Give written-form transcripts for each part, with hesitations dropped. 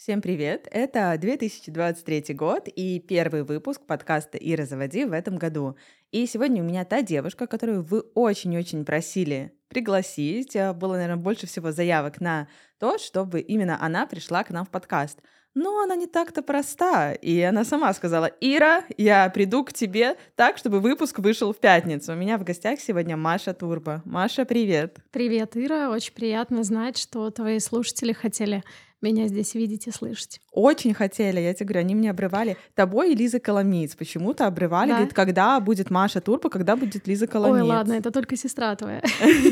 Всем привет! Это 2023 год и первый выпуск подкаста «Ира, заводи» в этом году. И сегодня у меня та девушка, которую вы очень-очень просили пригласить. Было, наверное, больше всего заявок на то, чтобы именно она пришла к нам в подкаст. Но она не так-то проста, и она сама сказала: «Ира, я приду к тебе так, чтобы выпуск вышел в пятницу». У меня в гостях сегодня Маша Турбо. Маша, привет! Привет, Ира. Очень приятно знать, что твои слушатели хотели меня здесь видеть и слышать. Очень хотели, я тебе говорю, они меня обрывали. Тобой и Лиза Коломиц почему-то обрывали. Да? Говорит, когда будет Маша Турбо, когда будет Лиза Коломиц. Ой, ладно, это только сестра твоя.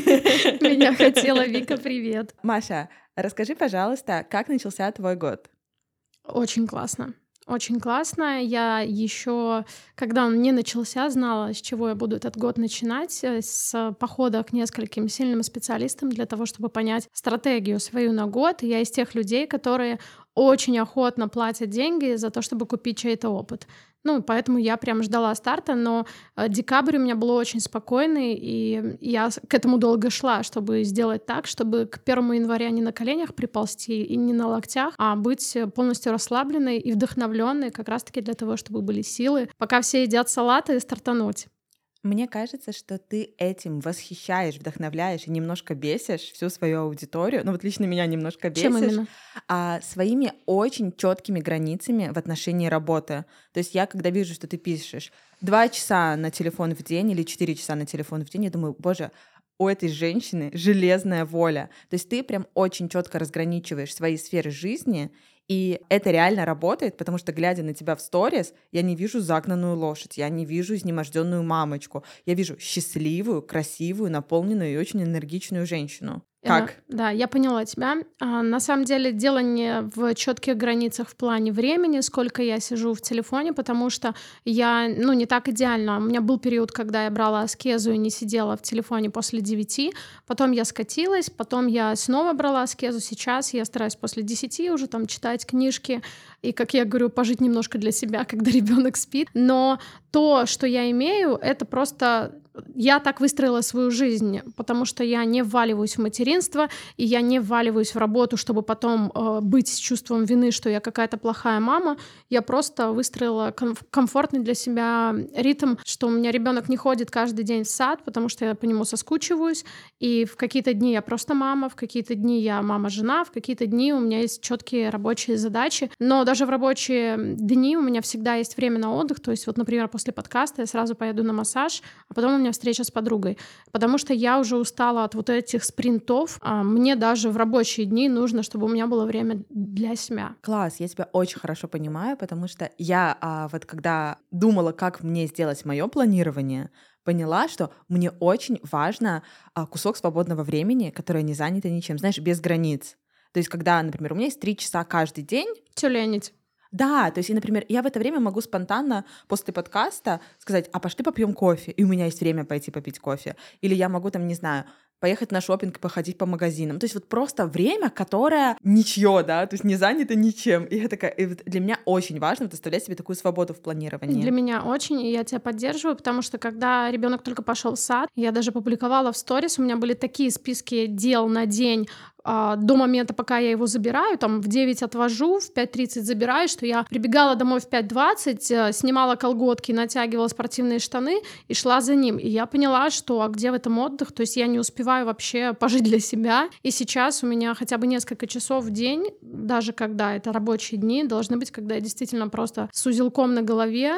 Меня хотела. Вика, привет. Маша, расскажи, пожалуйста, как начался твой год? Очень классно. Очень классно. Я еще, когда он не начался, знала, с чего я буду этот год начинать. С похода к нескольким сильным специалистам для того, чтобы понять стратегию свою на год. Я из тех людей, которые очень охотно платят деньги за то, чтобы купить чей-то опыт. Поэтому я прям ждала старта, но декабрь у меня был очень спокойный, и я к этому долго шла, чтобы сделать так, чтобы к 1 января не на коленях приползти и не на локтях, а быть полностью расслабленной и вдохновленной как раз-таки для того, чтобы были силы, пока все едят салаты, стартануть. Мне кажется, что ты этим восхищаешь, вдохновляешь и немножко бесишь всю свою аудиторию. Вот лично меня немножко бесишь. Чем именно? Своими очень четкими границами в отношении работы. То есть я, когда вижу, что ты пишешь 2 часа на телефон в день или 4 часа на телефон в день, я думаю, боже, у этой женщины железная воля. То есть ты прям очень четко разграничиваешь свои сферы жизни, и это реально работает, потому что, глядя на тебя в сторис, я не вижу загнанную лошадь, я не вижу изнеможденную мамочку, я вижу счастливую, красивую, наполненную и очень энергичную женщину. Как? Да, я поняла тебя. На самом деле дело не в четких границах в плане времени, сколько я сижу в телефоне, потому что я, не так идеально. У меня был период, когда я брала аскезу и не сидела в телефоне после 9, потом я скатилась, потом я снова брала аскезу. Сейчас я стараюсь после 10 уже там читать книжки и, как я говорю, пожить немножко для себя, когда ребенок спит. Но то, что я имею, это просто... Я так выстроила свою жизнь, потому что я не вваливаюсь в материнство, и я не вваливаюсь в работу, чтобы потом быть с чувством вины, что я какая-то плохая мама. Я просто выстроила комфортный для себя ритм, что у меня ребенок не ходит каждый день в сад, потому что я по нему соскучиваюсь, и в какие-то дни я просто мама, в какие-то дни я мама-жена, в какие-то дни у меня есть четкие рабочие задачи. Но даже в рабочие дни у меня всегда есть время на отдых. То есть вот, например, после подкаста я сразу поеду на массаж, а потом у меня встреча с подругой, потому что я уже устала от вот этих спринтов. Мне даже в рабочие дни нужно, чтобы у меня было время для себя. Класс, я тебя очень хорошо понимаю, потому что я вот когда думала, как мне сделать мое планирование, поняла, что мне очень важно кусок свободного времени, которое не занято ничем, знаешь, без границ. То есть когда, например, у меня есть 3 часа каждый день. Тюленить. Да, то есть, например, я в это время могу спонтанно после подкаста сказать: а пошли попьем кофе, и у меня есть время пойти попить кофе. Или я могу там, не знаю, поехать на шопинг, походить по магазинам. То есть вот просто время, которое ничье, да, то есть не занято ничем. И я такая, и вот для меня очень важно вот оставлять себе такую свободу в планировании. Для меня очень, и я тебя поддерживаю, потому что когда ребенок только пошел в сад, я даже публиковала в сторис, у меня были такие списки дел на день до момента, пока я его забираю, там в 9 отвожу, в 5:30 забираю, что я прибегала домой в 5:20, снимала колготки, натягивала спортивные штаны и шла за ним. И я поняла, что где в этом отдых, то есть я не успеваю вообще пожить для себя. И сейчас у меня хотя бы несколько часов в день, даже когда это рабочие дни, должны быть, когда я действительно просто с узелком на голове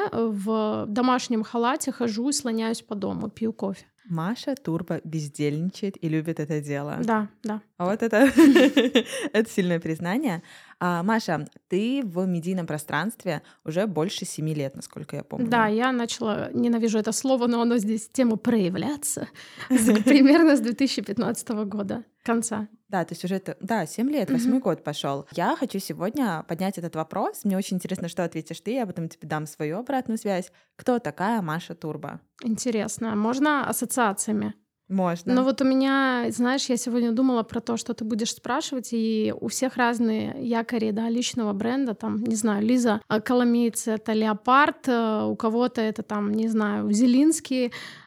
в домашнем халате хожу и слоняюсь по дому, пью кофе. Маша Турбо бездельничает и любит это дело. Да. А вот это это сильное признание. Маша, ты в медийном пространстве уже больше 7 лет, насколько я помню. Да, я начала, ненавижу это слово, но оно здесь тема проявляться примерно с 2015 года, конца. Да, то есть уже 7 лет, 8-й год пошел. Я хочу сегодня поднять этот вопрос. Мне очень интересно, что ответишь ты, я потом тебе дам свою обратную связь. Кто такая Маша Турбо? Интересно. Можно ассоциациями? Можно. Но вот у меня, знаешь, я сегодня думала про то, что ты будешь спрашивать, и у всех разные якори, да, личного бренда, там, не знаю, Лиза Коломейц — это Леопард, у кого-то это там, не знаю, Зелинский,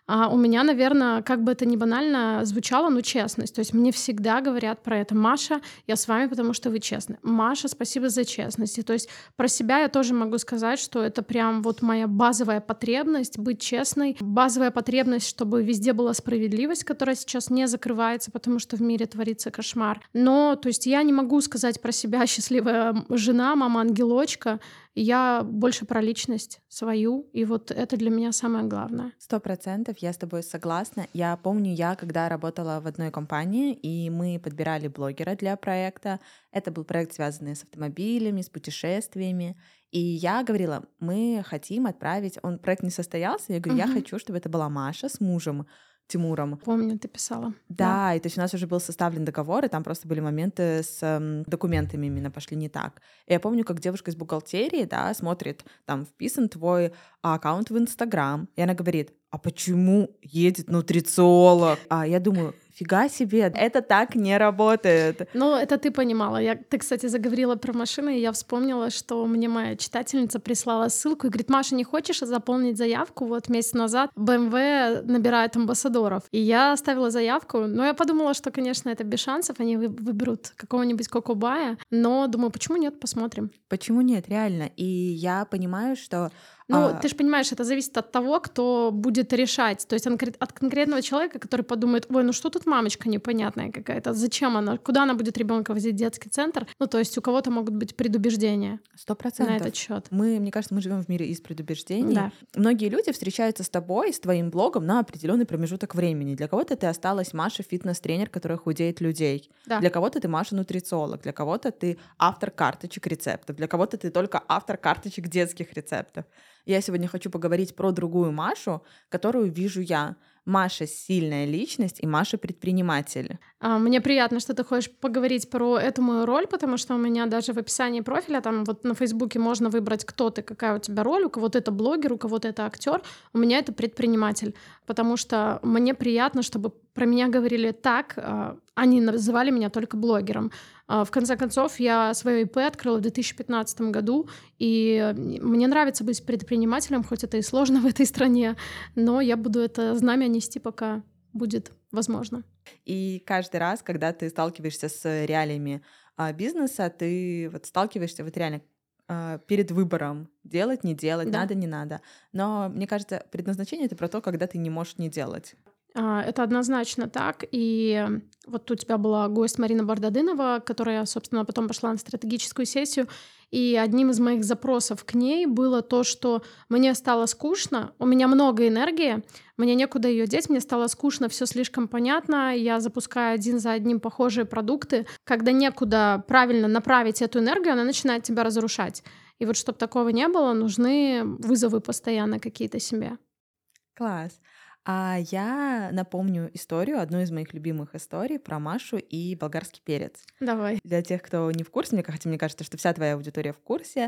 у меня, наверное, как бы это ни банально звучало, но честность. То есть мне всегда говорят про это: Маша, я с вами, потому что вы честны. Маша, спасибо за честность. И то есть про себя я тоже могу сказать, что это прям вот моя базовая потребность быть честной, базовая потребность, чтобы везде была справедливость, которая сейчас не закрывается, потому что в мире творится кошмар. Но, то есть я не могу сказать про себя счастливая жена, мама-ангелочка. Я больше про личность свою, и вот это для меня самое главное. 100% я с тобой согласна. Я помню, когда работала в одной компании, и мы подбирали блогера для проекта. Это был проект, связанный с автомобилями, с путешествиями. И я говорила, мы хотим отправить... Проект не состоялся, я говорю, я хочу, чтобы это была Маша с мужем Тимуром. Помню, ты писала. Да, и то есть у нас уже был составлен договор, и там просто были моменты с документами именно пошли не так. И я помню, как девушка из бухгалтерии, да, смотрит, там вписан твой аккаунт в Инстаграм, и она говорит, а почему едет нутрициолог? А я думаю, фига себе, это так не работает. Ну, это ты понимала. Ты, кстати, заговорила про машины, и я вспомнила, что мне моя читательница прислала ссылку и говорит: Маша, не хочешь заполнить заявку? Вот месяц назад BMW набирает амбассадоров. И я оставила заявку, но я подумала, что, конечно, это без шансов, они выберут какого-нибудь Кокобая, но думаю, почему нет, посмотрим. Почему нет, реально. И я понимаю, что... Ну, ты же понимаешь, это зависит от того, кто будет решать. То есть от конкретного человека, который подумает: ой, ну что тут мамочка непонятная какая-то, зачем она, куда она будет ребенка возить в детский центр? Ну, то есть у кого-то могут быть предубеждения 100%. на этот счет. Мне кажется, мы живем в мире из предубеждений. Да. Многие люди встречаются с тобой, с твоим блогом на определенный промежуток времени. Для кого-то ты осталась Маша фитнес-тренер, которая худеет людей. Да. Для кого-то ты Маша нутрициолог, для кого-то ты автор карточек рецептов, для кого-то ты только автор карточек детских рецептов. Я сегодня хочу поговорить про другую Машу, которую вижу я. Маша — сильная личность и Маша — предприниматель. Мне приятно, что ты хочешь поговорить про эту мою роль, потому что у меня даже в описании профиля, там вот на Фейсбуке можно выбрать, кто ты, какая у тебя роль, у кого-то это блогер, у кого-то это актер, у меня это предприниматель, потому что мне приятно, чтобы про меня говорили так, они называли меня только блогером. В конце концов, я свое ИП открыла в 2015 году, и мне нравится быть предпринимателем, хоть это и сложно в этой стране, но я буду это знамя нести, пока будет возможно. И каждый раз, когда ты сталкиваешься с реалиями бизнеса, ты вот сталкиваешься вот реально перед выбором делать, не делать, Да. надо, не надо. Но мне кажется, предназначение — это про то, когда ты не можешь не делать. Это однозначно так. И вот у тебя была гость Марина Бардадынова, которая, собственно, потом пошла на стратегическую сессию. И одним из моих запросов к ней было то, что мне стало скучно, у меня много энергии, мне некуда ее деть, мне стало скучно, все слишком понятно, я запускаю один за одним похожие продукты. Когда некуда правильно направить эту энергию, она начинает тебя разрушать. И вот чтобы такого не было, нужны вызовы постоянно какие-то себе. Класс. А я напомню историю, одну из моих любимых историй про Машу и болгарский перец. Давай. Для тех, кто не в курсе, хотя мне кажется, что вся твоя аудитория в курсе,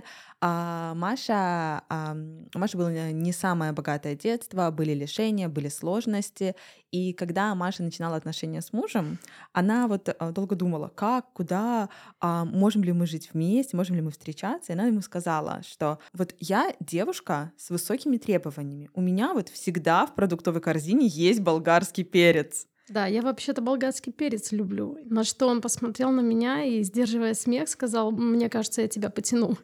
у Маши было не самое богатое детство, были лишения, были сложности. И когда Маша начинала отношения с мужем, она вот долго думала, как, куда, можем ли мы жить вместе, можем ли мы встречаться. И она ему сказала, что вот я девушка с высокими требованиями, у меня вот всегда в продуктовой корзине есть болгарский перец. Да, я вообще-то болгарский перец люблю. На что он посмотрел на меня и, сдерживая смех, сказал: мне кажется, я тебя потяну.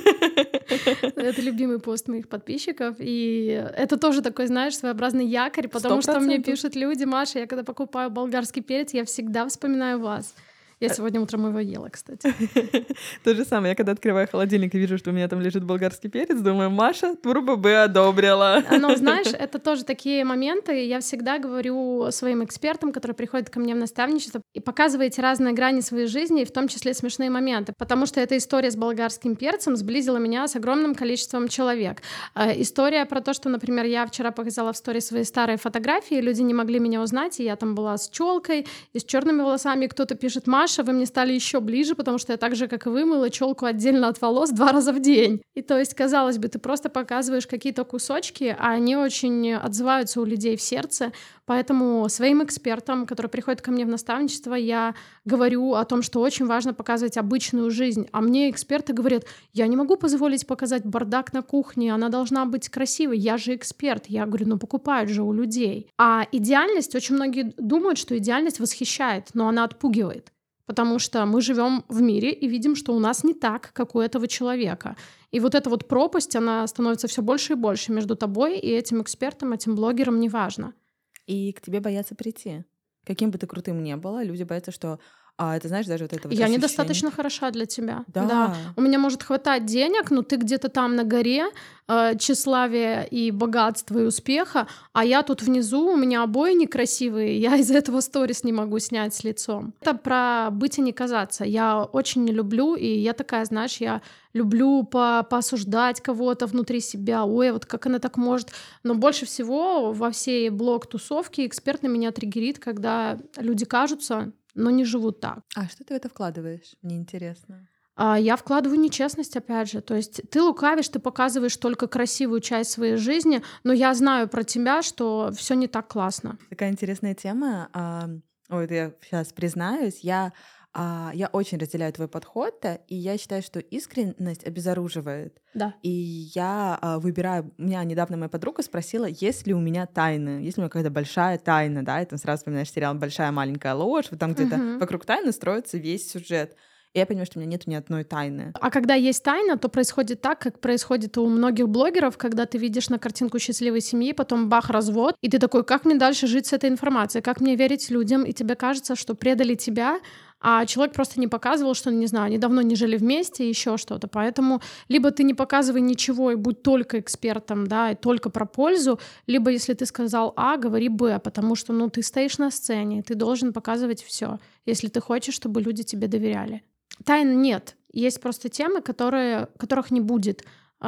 Это любимый пост моих подписчиков. И это тоже такой, знаешь, своеобразный якорь, потому что мне пишут люди: Маша, я когда покупаю болгарский перец, я всегда вспоминаю вас. Я сегодня утром его ела, кстати. То же самое. Я когда открываю холодильник и вижу, что у меня там лежит болгарский перец, думаю, Маша турбо бы одобрила. Но, знаешь, это тоже такие моменты. Я всегда говорю своим экспертам, которые приходят ко мне в наставничество, и показываете разные грани своей жизни, в том числе смешные моменты. Потому что эта история с болгарским перцем сблизила меня с огромным количеством человек. История про то, что, например, я вчера показала в сторис свои старые фотографии, люди не могли меня узнать, и я там была с челкой и с черными волосами, и кто-то пишет: Маша, Маша, вы мне стали еще ближе, потому что я так же, как и вы, мыла челку отдельно от волос 2 раза в день. И то есть, казалось бы, ты просто показываешь какие-то кусочки, а они очень отзываются у людей в сердце. Поэтому своим экспертам, которые приходят ко мне в наставничество, я говорю о том, что очень важно показывать обычную жизнь. А мне эксперты говорят: я не могу позволить показать бардак на кухне, она должна быть красивой, я же эксперт. Я говорю: ну покупают же у людей. А идеальность, очень многие думают, что идеальность восхищает, но она отпугивает. Потому что мы живем в мире и видим, что у нас не так, как у этого человека. И вот эта вот пропасть, она становится все больше и больше между тобой и этим экспертом, этим блогером, неважно. И к тебе боятся прийти. Каким бы ты крутым ни было, люди боятся, что ты знаешь, даже вот это вот Я ощущение. недостаточно хороша для тебя. Да. У меня может хватать денег, но ты где-то там на горе тщеславия и богатства и успеха, а я тут внизу, у меня обои некрасивые, я из-за этого сторис не могу снять с лицом. Это про быть и не казаться. Я очень не люблю, и я такая, знаешь, я люблю поосуждать кого-то внутри себя. Ой, вот как она так может. Но больше всего во всей блог-тусовке эксперт на меня триггерит, когда люди кажутся, но не живут так. А что ты в это вкладываешь? Мне интересно. Я вкладываю нечестность, опять же. То есть ты лукавишь, ты показываешь только красивую часть своей жизни, но я знаю про тебя, что все не так классно. Такая интересная тема. Ой, я сейчас признаюсь, я очень разделяю твой подход, и я считаю, что искренность обезоруживает. Да. И я выбираю... Меня недавно моя подруга спросила, есть ли у меня тайны, есть ли у меня какая-то большая тайна, да, и там сразу вспоминаешь сериал «Большая маленькая ложь», вот там где-то вокруг тайны строится весь сюжет. И я понимаю, что у меня нет ни одной тайны. А когда есть тайна, то происходит так, как происходит у многих блогеров, когда ты видишь на картинку счастливой семьи, потом бах, развод, и ты такой: как мне дальше жить с этой информацией, как мне верить людям, и тебе кажется, что предали тебя, а человек просто не показывал, что, не знаю, они давно не жили вместе, еще что-то. Поэтому либо ты не показывай ничего и будь только экспертом, да, и только про пользу, либо если ты сказал А, говори Б, потому что, ну, ты стоишь на сцене, ты должен показывать все, если ты хочешь, чтобы люди тебе доверяли. Тайн нет. Есть просто темы, которых не будет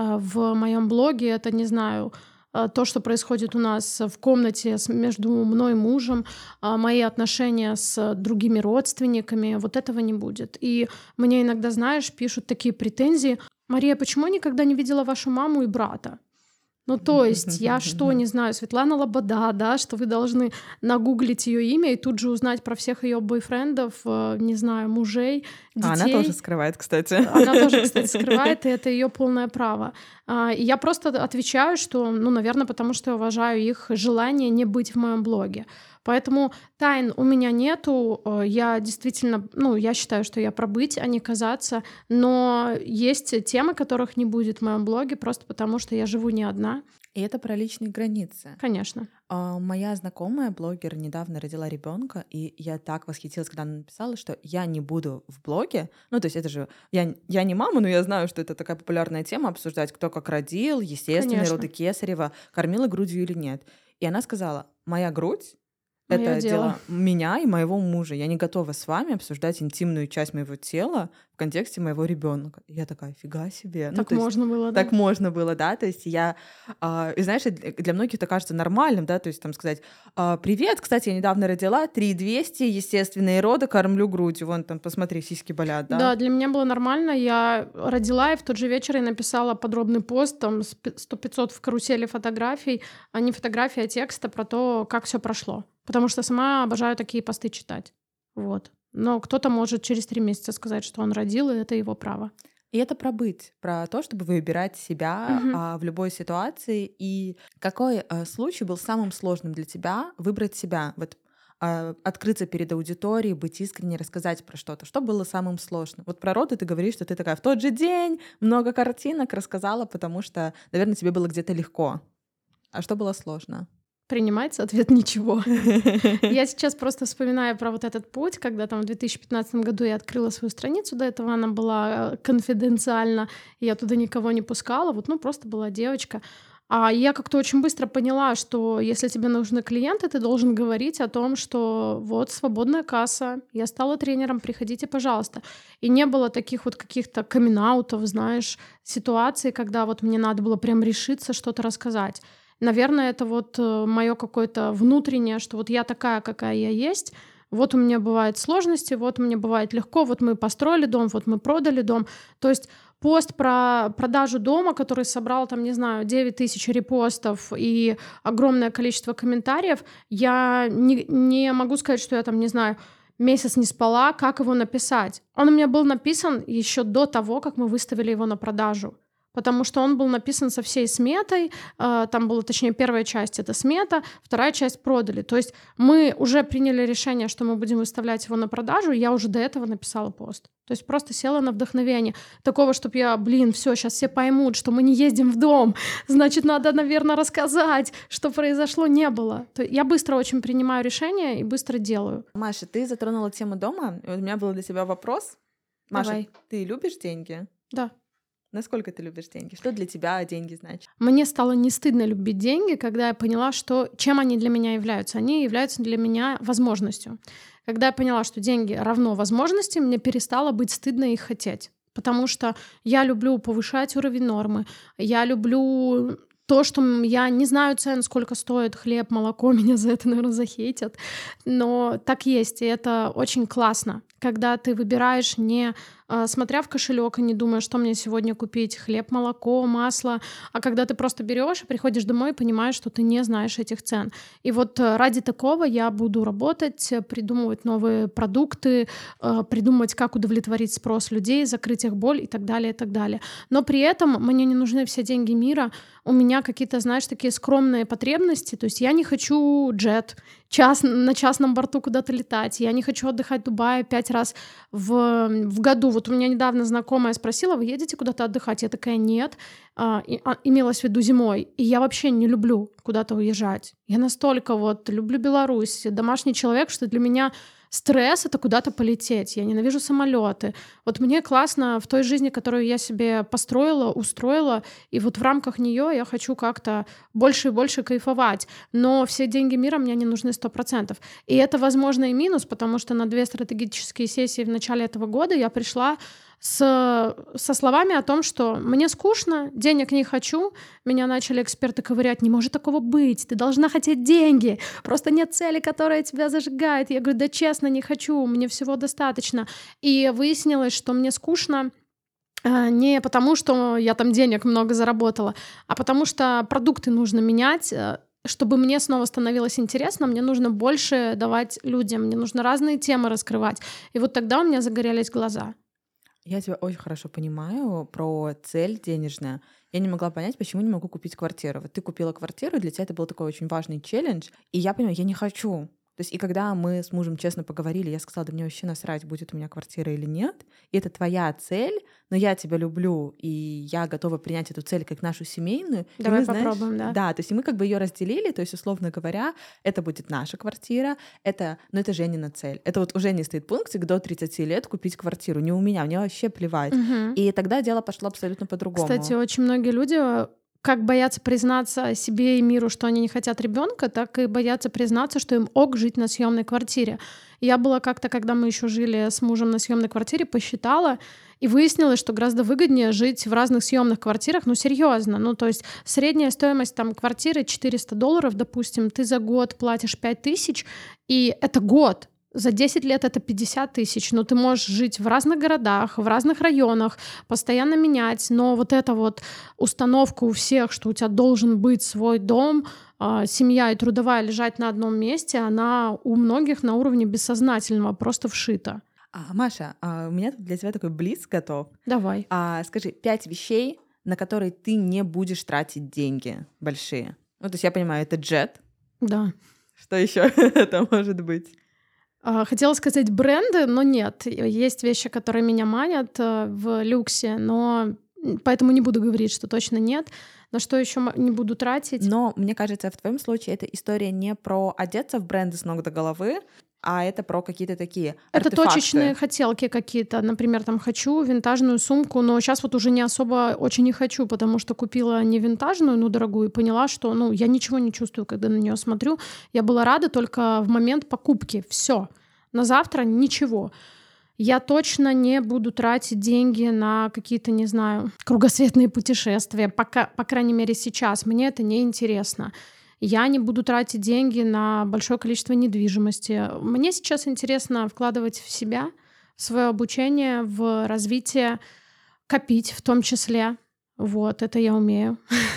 в моем блоге. Это, не знаю, то, что происходит у нас в комнате между мной и мужем, мои отношения с другими родственниками. Вот этого не будет. И мне иногда, знаешь, пишут такие претензии: Мария, почему я никогда не видела вашу маму и брата? Ну, то есть, я что, не знаю, Светлана Лобода, да, что вы должны нагуглить ее имя и тут же узнать про всех ее бойфрендов, не знаю, мужей, детей. Она тоже скрывает, кстати. Она тоже, кстати, скрывает, и это ее полное право. И я просто отвечаю, что, ну, наверное, потому что я уважаю их желание не быть в моем блоге. Поэтому тайн у меня нету. Я действительно, ну, я считаю, что я про быть, а не казаться. Но есть темы, которых не будет в моем блоге, просто потому что я живу не одна. И это про личные границы. Конечно. Моя знакомая, блогер, недавно родила ребенка, и я так восхитилась, когда она написала, что я не буду в блоге. Ну, то есть это же... Я не мама, но я знаю, что это такая популярная тема, обсуждать, кто как родил, естественные Конечно. роды кесарева, кормила грудью или нет. И она сказала: моя грудь — Моё это дело. дело меня и моего мужа. Я не готова с вами обсуждать интимную часть моего тела в контексте моего ребенка. И я такая: фига себе. Так можно было, да? Так можно было, да. То есть я... И знаешь, для многих это кажется нормальным, да, то есть там сказать: привет, кстати, я недавно родила, 3200, естественные роды, кормлю грудью. Вон там, посмотри, сиськи болят, да? Да, для меня было нормально. Я родила, и в тот же вечер я написала подробный пост, там 100-500 в карусели фотографий, а не фотографии, а текста про то, как все прошло. Потому что сама обожаю такие посты читать. Вот. Но кто-то может через 3 месяца сказать, что он родил, и это его право. И это про быть, про то, чтобы выбирать себя в любой ситуации. И какой случай был самым сложным для тебя выбрать себя? Вот открыться перед аудиторией, быть искренней, рассказать про что-то. Что было самым сложным? Вот про роды ты говоришь, что ты такая в тот же день много картинок рассказала, потому что, наверное, тебе было где-то легко. А что было сложно? Принимается ответ — ничего. Я сейчас просто вспоминаю про вот этот путь, когда там в 2015 году я открыла свою страницу, до этого она была конфиденциальна, я туда никого не пускала, вот, ну, просто была девочка. А я как-то очень быстро поняла, что если тебе нужны клиенты, ты должен говорить о том, что вот свободная касса, я стала тренером, приходите, пожалуйста. И не было таких вот каких-то камин-аутов, знаешь, ситуаций, когда вот мне надо было прям решиться что-то рассказать. Наверное, это вот моё какое-то внутреннее, что вот я такая, какая я есть, Вот у меня бывают сложности, вот мне бывает легко, вот мы построили дом, вот мы продали дом. То есть пост про продажу дома, который собрал, там, не знаю, 9 тысяч репостов и огромное количество комментариев, я не могу сказать, что я там, не знаю, месяц не спала, как его написать. Он у меня был написан еще до того, как мы выставили его на продажу. Потому что он был написан со всей сметой, там была, точнее, первая часть — это смета, вторая часть продали. То есть мы уже приняли решение, что мы будем выставлять его на продажу, и я уже до этого написала пост. То есть просто села на вдохновение. Такого, чтобы я, всё, сейчас все поймут, что мы не ездим в дом, значит, надо, наверное, рассказать, что произошло, не было. Я быстро очень принимаю решения и быстро делаю. Маша, ты затронула тему дома, и у меня был для тебя вопрос. Маша, Давай. Ты любишь деньги? Да. Насколько ты любишь деньги? Что для тебя деньги значат? Мне стало не стыдно любить деньги, когда я поняла, чем они для меня являются. Они являются для меня возможностью. Когда я поняла, что деньги равно возможности, мне перестало быть стыдно их хотеть. Потому что я люблю повышать уровень нормы. Я люблю то, что я не знаю цен, сколько стоит хлеб, молоко, меня за это, наверное, захейтят. Но так есть, и это очень классно, когда ты выбираешь не смотря в кошелек и не думая, что мне сегодня купить: хлеб, молоко, масло, а когда ты просто берешь и приходишь домой и понимаешь, что ты не знаешь этих цен. И вот ради такого я буду работать, придумывать новые продукты, придумывать, как удовлетворить спрос людей, закрыть их боль и так далее, и так далее. Но при этом мне не нужны все деньги мира. У меня какие-то, знаешь, такие скромные потребности. То есть я не хочу джет, на частном борту куда-то летать. Я не хочу отдыхать в Дубае 5 раз в году. Вот у меня недавно знакомая спросила: вы едете куда-то отдыхать? Я такая: нет. Имелось в виду зимой. И я вообще не люблю куда-то уезжать. Я настолько люблю Беларусь, домашний человек, что для меня стресс — это куда-то полететь. Я ненавижу самолеты. Вот мне классно в той жизни, которую я себе построила, устроила, и вот в рамках нее я хочу как-то больше и больше кайфовать. Но все деньги мира мне не нужны 100%. И это, возможно, и минус, потому что на 2 стратегические сессии в начале этого года я пришла со словами о том, что мне скучно, денег не хочу. Меня начали эксперты ковырять: не может такого быть, ты должна хотеть деньги, просто нет цели, которая тебя зажигает. Я говорю: да честно, не хочу, мне всего достаточно. И выяснилось, что мне скучно не потому, что я там денег много заработала, а потому что продукты нужно менять. Чтобы мне снова становилось интересно, мне нужно больше давать людям, мне нужно разные темы раскрывать. И вот тогда у меня загорелись глаза. Я тебя очень хорошо понимаю про цель денежная. Я не могла понять, почему не могу купить квартиру. Вот ты купила квартиру, и для тебя это был такой очень важный челлендж. И я понимаю, я не хочу. То есть и когда мы с мужем честно поговорили, я сказала: да мне вообще насрать, будет у меня квартира или нет. И это твоя цель, но я тебя люблю, и я готова принять эту цель как нашу семейную. Давай мы, попробуем, да. Да, то есть и мы как бы ее разделили, то есть, условно говоря, это будет наша квартира, но это Женина цель. Это вот у Жени стоит пунктик: до 30 лет купить квартиру. Не у меня, мне вообще плевать. Угу. И тогда дело пошло абсолютно по-другому. Кстати, очень многие люди как боятся признаться себе и миру, что они не хотят ребенка, так и боятся признаться, что им ок жить на съемной квартире. Я была как-то, когда мы еще жили с мужем на съемной квартире, посчитала, и выяснилось, что гораздо выгоднее жить в разных съемных квартирах. Серьезно. То есть средняя стоимость там квартиры $400, допустим, ты за год платишь 5000, и это год. За 10 лет это 50 тысяч, но ты можешь жить в разных городах, в разных районах, постоянно менять, но вот эта вот установка у всех, что у тебя должен быть свой дом, семья и трудовая лежать на одном месте, она у многих на уровне бессознательного просто вшита. Маша, у меня тут для тебя такой блиц готов. Давай. Скажи 5 вещей, на которые ты не будешь тратить деньги большие. То есть я понимаю, это джет. Да. Что еще это может быть? Хотела сказать бренды, но нет. Есть вещи, которые меня манят в люксе, но поэтому не буду говорить, что точно нет. На что еще не буду тратить? Но мне кажется, в твоем случае эта история не про одеться в бренды с ног до головы, а это про какие-то такие артефакты. Это точечные хотелки какие-то. Например, там хочу винтажную сумку, но сейчас вот уже не особо очень не хочу, потому что купила не винтажную, но дорогую, и поняла, что я ничего не чувствую, когда на нее смотрю. Я была рада только в момент покупки. Все. На завтра ничего. Я точно не буду тратить деньги на какие-то, не знаю, кругосветные путешествия. По крайней мере, сейчас. Мне это не интересно. Я не буду тратить деньги на большое количество недвижимости. Мне сейчас интересно вкладывать в себя, в свое обучение, в развитие, копить в том числе. Вот, это я умею.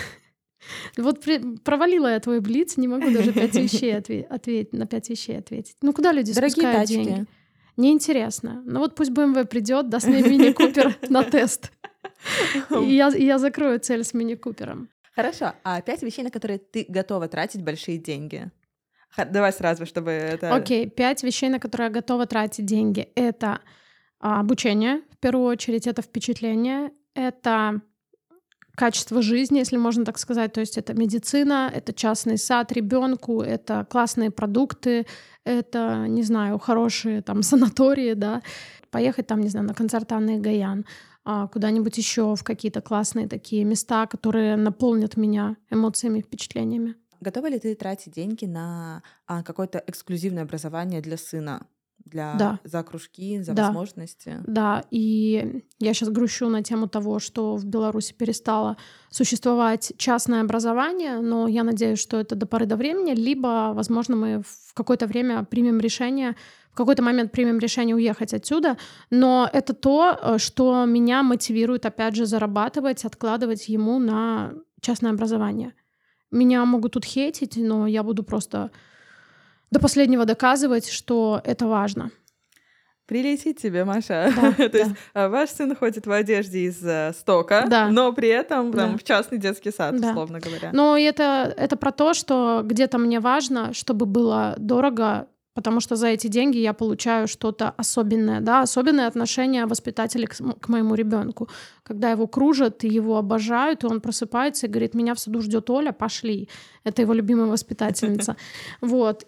Вот провалила я твой блиц, не могу даже 5 вещей ответить, на 5 вещей ответить. Ну куда люди Дорогие спускают тачки. деньги? Неинтересно. Ну вот пусть BMW придет, даст мне мини-купер на тест. И я закрою цель с мини-купером. Хорошо, а 5 вещей, на которые ты готова тратить большие деньги? Давай сразу, чтобы это... Окей, 5 вещей, на которые я готова тратить деньги. Это обучение, в первую очередь, это впечатление, это качество жизни, если можно так сказать. То есть это медицина, это частный сад ребенку, это классные продукты, это, не знаю, хорошие там санатории, да. Поехать там, не знаю, на концерт Анны Гаян, куда-нибудь еще в какие-то классные такие места, которые наполнят меня эмоциями, впечатлениями. Готова ли ты тратить деньги на какое-то эксклюзивное образование для сына? Да. За кружки, за Да. возможности? Да, и я сейчас грущу на тему того, что в Беларуси перестало существовать частное образование, но я надеюсь, что это до поры до времени, либо, возможно, мы в какое-то время примем решение, в какой-то момент примем решение уехать отсюда, но это то, что меня мотивирует, опять же, зарабатывать, откладывать ему на частное образование. Меня могут тут хейтить, но я буду просто до последнего доказывать, что это важно. Прилетит тебе, Маша. Да, То есть ваш сын ходит в одежде из стока, Да. но при этом Да. в частный детский сад, Да. условно говоря. Но это про то, что где-то мне важно, чтобы было дорого, потому что за эти деньги я получаю что-то особенное, да, особенное отношение воспитателей к моему ребенку, когда его кружат, его обожают, и он просыпается и говорит: меня в саду ждет Оля, пошли. Это его любимая воспитательница. Вот.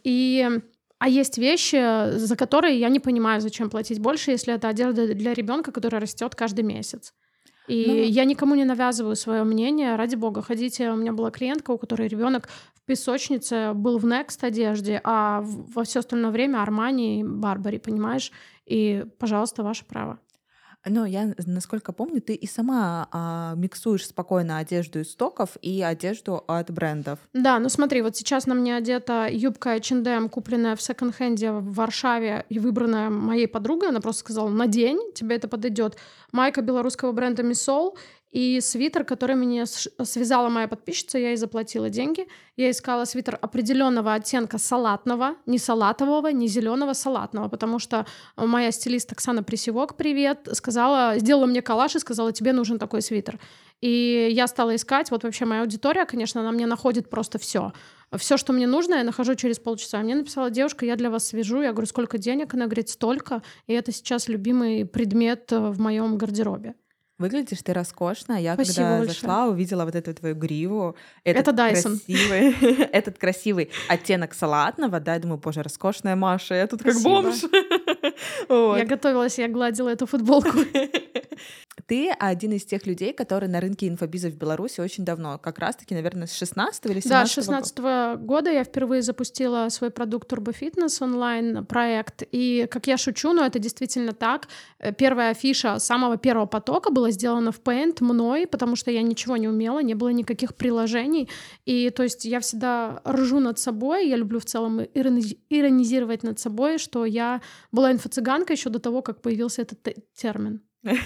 А есть вещи, за которые я не понимаю, зачем платить больше, если это одежда для ребенка, который растет каждый месяц. И я никому не навязываю свое мнение. Ради бога, ходите. У меня была клиентка, у которой ребенок в песочнице был в Next одежде, а во все остальное время Армани и Барбари, понимаешь? И, пожалуйста, ваше право. Но я, насколько помню, ты и сама миксуешь спокойно одежду из стоков и одежду от брендов. Да, ну смотри, вот сейчас на мне одета юбка H&M, купленная в секонд-хенде в Варшаве и выбранная моей подругой. Она просто сказала: надень, тебе это подойдет. Майка белорусского бренда Missol и свитер, который мне связала моя подписчица, я ей заплатила деньги. Я искала свитер определенного оттенка салатного, не салатового, не зеленого, салатного, потому что моя стилист Оксана Присевок, привет, сделала мне коллаж и сказала: тебе нужен такой свитер. И я стала искать, вот вообще моя аудитория, конечно, она мне находит просто все. Все, что мне нужно, я нахожу через полчаса. Мне написала девушка: я для вас свяжу. Я говорю: сколько денег? Она говорит: столько. И это сейчас любимый предмет в моем гардеробе. Выглядишь ты роскошно. Я Спасибо когда большое. зашла, увидела вот эту твою гриву. Это Dyson. Этот красивый оттенок салатного, да, я думаю: боже, роскошная Маша, я тут как Спасибо. бомж. Я готовилась, я гладила эту футболку. Ты один из тех людей, которые на рынке инфобиза в Беларуси очень давно, как раз-таки, наверное, с 16 или 17 Да, с 16 года я впервые запустила свой продукт Turbo Fitness онлайн-проект. И, как я шучу, но это действительно так. Первая афиша самого первого потока была сделана в Paint мной, потому что я ничего не умела, не было никаких приложений. И, то есть, я всегда ржу над собой, я люблю в целом иронизировать над собой, что я была инфо-цыганкой еще до того, как появился этот термин.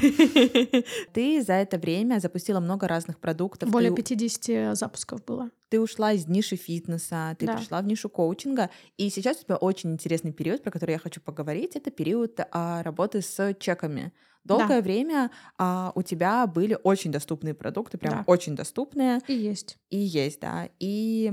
Ты за это время запустила много разных продуктов. Более 50 запусков было. Ты ушла из ниши фитнеса, ты пришла в нишу коучинга, и сейчас у тебя очень интересный период, про который я хочу поговорить. Это период работы с чеками. Долгое время у тебя были очень доступные продукты, прям очень доступные. И есть. И есть, да. И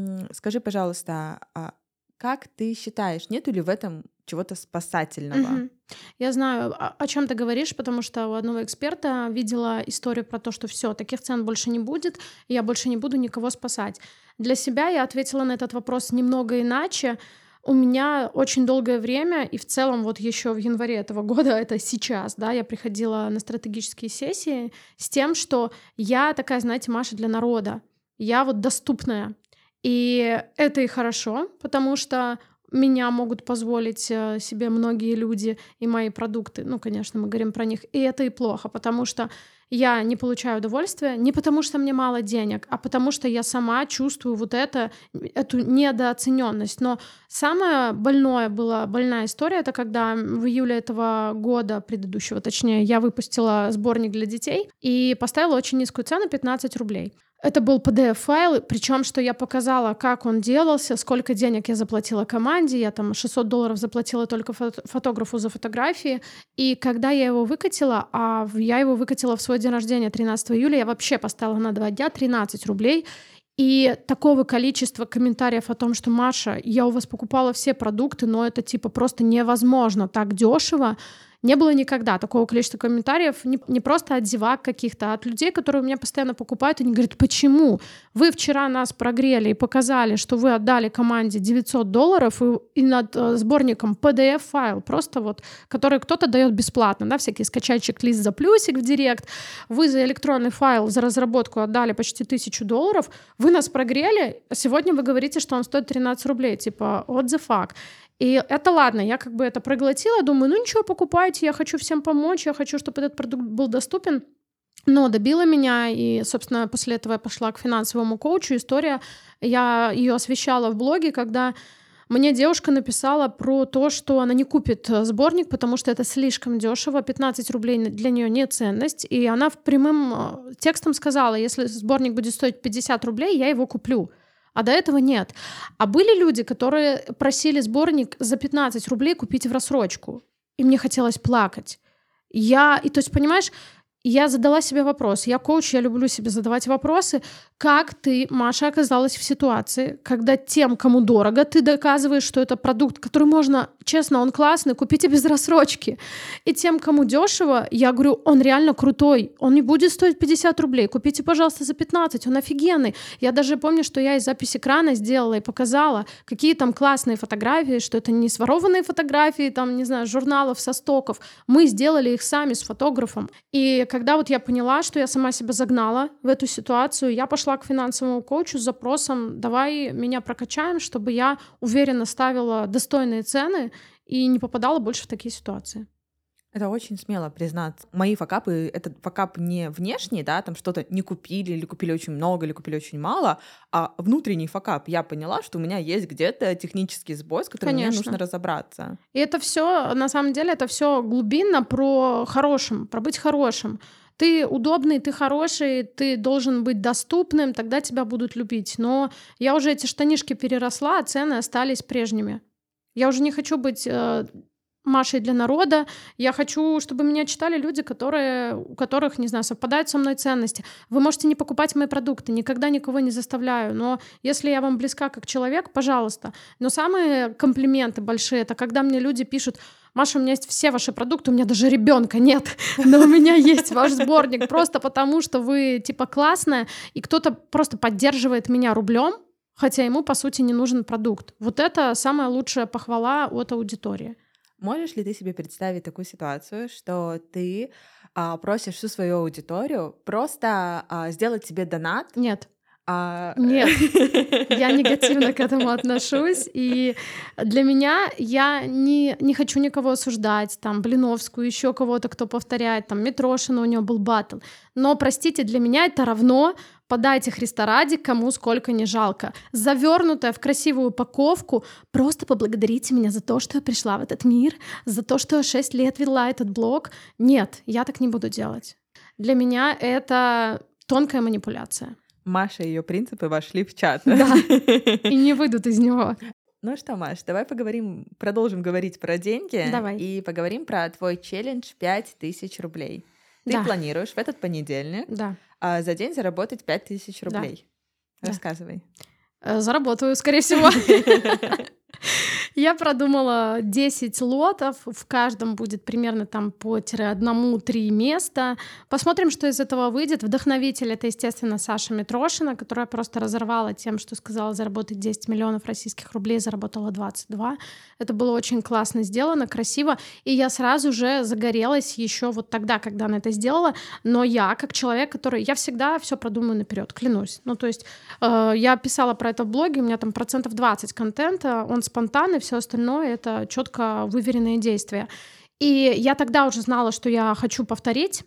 скажи, пожалуйста, как ты считаешь, нету ли в этом чего-то спасательного? Я знаю, о чем ты говоришь, потому что у одного эксперта видела историю про то, что все, таких цен больше не будет, и я больше не буду никого спасать. Для себя я ответила на этот вопрос немного иначе. У меня очень долгое время, и в целом вот еще в январе этого года, это сейчас, да, я приходила на стратегические сессии с тем, что я такая, знаете, Маша для народа. Я вот доступная. И это и хорошо, потому что меня могут позволить себе многие люди и мои продукты. Ну, конечно, мы говорим про них. И это и плохо, потому что я не получаю удовольствия не потому, что мне мало денег, а потому что я сама чувствую вот эту недооцененность. Но самое больная история, это когда в июле этого года, предыдущего точнее, я выпустила сборник для детей и поставила очень низкую цену — 15 рублей. Это был PDF-файл, причем что я показала, как он делался, сколько денег я заплатила команде, я там $600 заплатила только фотографу за фотографии, и когда я его выкатила, я его выкатила в свой день рождения 13 июля, я вообще поставила на 2 дня 13 рублей, и такого количества комментариев о том, что Маша, я у вас покупала все продукты, но это типа просто невозможно так дешево, не было никогда такого количества комментариев, не просто от зевак каких-то, а от людей, которые у меня постоянно покупают, они говорят, почему? Вы вчера нас прогрели и показали, что вы отдали команде $900 и над сборником PDF-файл, просто вот, который кто-то дает бесплатно, да, всякие скачать чек-лист за плюсик в директ, вы за электронный файл, за разработку отдали почти $1000, вы нас прогрели, а сегодня вы говорите, что он стоит 13 рублей, типа, what the fuck? И это ладно, я как бы это проглотила, думаю, ну ничего, покупайте, я хочу всем помочь, я хочу, чтобы этот продукт был доступен. Но добила меня, и, собственно, после этого я пошла к финансовому коучу. История, я ее освещала в блоге, когда мне девушка написала про то, что она не купит сборник, потому что это слишком дешево, 15 рублей для нее не ценность. И она прямым текстом сказала, если сборник будет стоить 50 рублей, я его куплю. А до этого нет. А были люди, которые просили сборник за 15 рублей купить в рассрочку. И мне хотелось плакать. То есть, понимаешь, я задала себе вопрос. Я коуч, я люблю себе задавать вопросы. Как ты, Маша, оказалась в ситуации, когда тем, кому дорого, ты доказываешь, что это продукт, который можно, честно, он классный, купите без рассрочки. И тем, кому дешево, я говорю, он реально крутой, он не будет стоить 50 рублей, купите, пожалуйста, за 15, он офигенный. Я даже помню, что я из записи экрана сделала и показала, какие там классные фотографии, что это не сворованные фотографии, там, не знаю, журналов со стоков. Мы сделали их сами с фотографом. И когда вот я поняла, что я сама себя загнала в эту ситуацию, я пошла к финансовому коучу с запросом, давай меня прокачаем, чтобы я уверенно ставила достойные цены и не попадала больше в такие ситуации. Это очень смело признаться. Мои факапы, этот факап не внешний, да, там что-то не купили, или купили очень много, или купили очень мало, а внутренний факап. Я поняла, что у меня есть где-то технический сбой, с которым мне нужно разобраться. И это все, на самом деле, это все глубинно про быть хорошим. Ты удобный, ты хороший, ты должен быть доступным, тогда тебя будут любить. Но я уже эти штанишки переросла, а цены остались прежними. Я уже не хочу быть Машей для народа. Я хочу, чтобы меня читали люди, у которых, не знаю, совпадают со мной ценности. Вы можете не покупать мои продукты, никогда никого не заставляю. Но если я вам близка как человек, пожалуйста. Но самые комплименты большие — это когда мне люди пишут: Маша, у меня есть все ваши продукты, у меня даже ребенка нет, но у меня есть ваш сборник просто потому, что вы типа классная, и кто-то просто поддерживает меня рублем, хотя ему, по сути, не нужен продукт. Вот это самая лучшая похвала от аудитории. Можешь ли ты себе представить такую ситуацию, что ты просишь всю свою аудиторию просто сделать тебе донат? Нет. Нет, я негативно к этому отношусь, и для меня я не хочу никого осуждать, там, Блиновскую, еще кого-то, кто повторяет, там, Митрошина, у него был баттл, но, простите, для меня это равно подайте Христа ради, кому сколько не жалко, завернутая в красивую упаковку, просто поблагодарите меня за то, что я пришла в этот мир, за то, что я 6 лет вела этот блог. Нет, я так не буду делать. Для меня это тонкая манипуляция. Маша и ее принципы вошли в чат. Да, и не выйдут из него. Ну что, Маш, давай продолжим говорить про деньги. Давай. И поговорим про твой челлендж 5000 рублей. Ты планируешь в этот понедельник за день заработать 5000 рублей. Да. Рассказывай. Заработаю, скорее всего. Я продумала 10 лотов, в каждом будет примерно там по 1-3 места. Посмотрим, что из этого выйдет. Вдохновитель — это, естественно, Саша Митрошина, которая просто разорвала тем, что сказала заработать 10 миллионов российских рублей, заработала 22. Это было очень классно сделано, красиво, и я сразу же загорелась еще вот тогда, когда она это сделала. Но я, как человек, я всегда все продумаю наперед, клянусь. Ну, то есть я писала про это в блоге, у меня там 20% контента, он спонтанный, все остальное — это четко выверенные действия. И я тогда уже знала, что я хочу повторить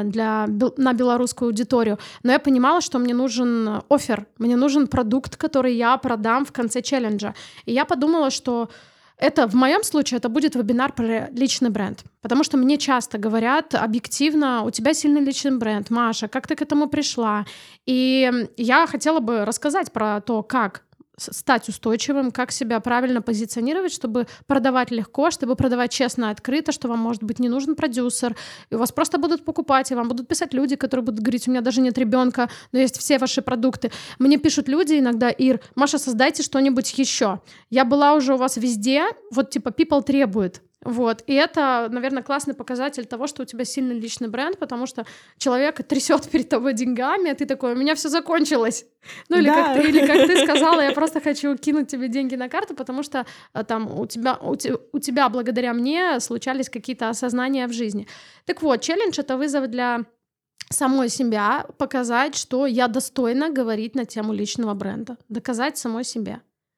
на белорусскую аудиторию, но я понимала, что мне нужен оффер, мне нужен продукт, который я продам в конце челленджа. И я подумала, что в моем случае это будет вебинар про личный бренд, потому что мне часто говорят объективно: у тебя сильный личный бренд, Маша, как ты к этому пришла? И я хотела бы рассказать про то, как стать устойчивым, как себя правильно позиционировать, чтобы продавать легко, чтобы продавать честно и открыто, что вам, может быть, не нужен продюсер, и у вас просто будут покупать, и вам будут писать люди, которые будут говорить: у меня даже нет ребенка, но есть все ваши продукты. Мне пишут люди иногда: Ир, Маша, создайте что-нибудь еще. Я была уже у вас везде, вот типа people требует. Вот. И это, наверное, классный показатель того, что у тебя сильный личный бренд, потому что человек трясет перед тобой деньгами, а ты такой: у меня все закончилось. Ну или, Да. как ты сказала, я просто хочу кинуть тебе деньги на карту, потому что там у тебя благодаря мне случались какие-то осознания в жизни. Так вот, челлендж — это вызов для самой себя показать, что я достойна говорить на тему личного бренда, доказать самой себе.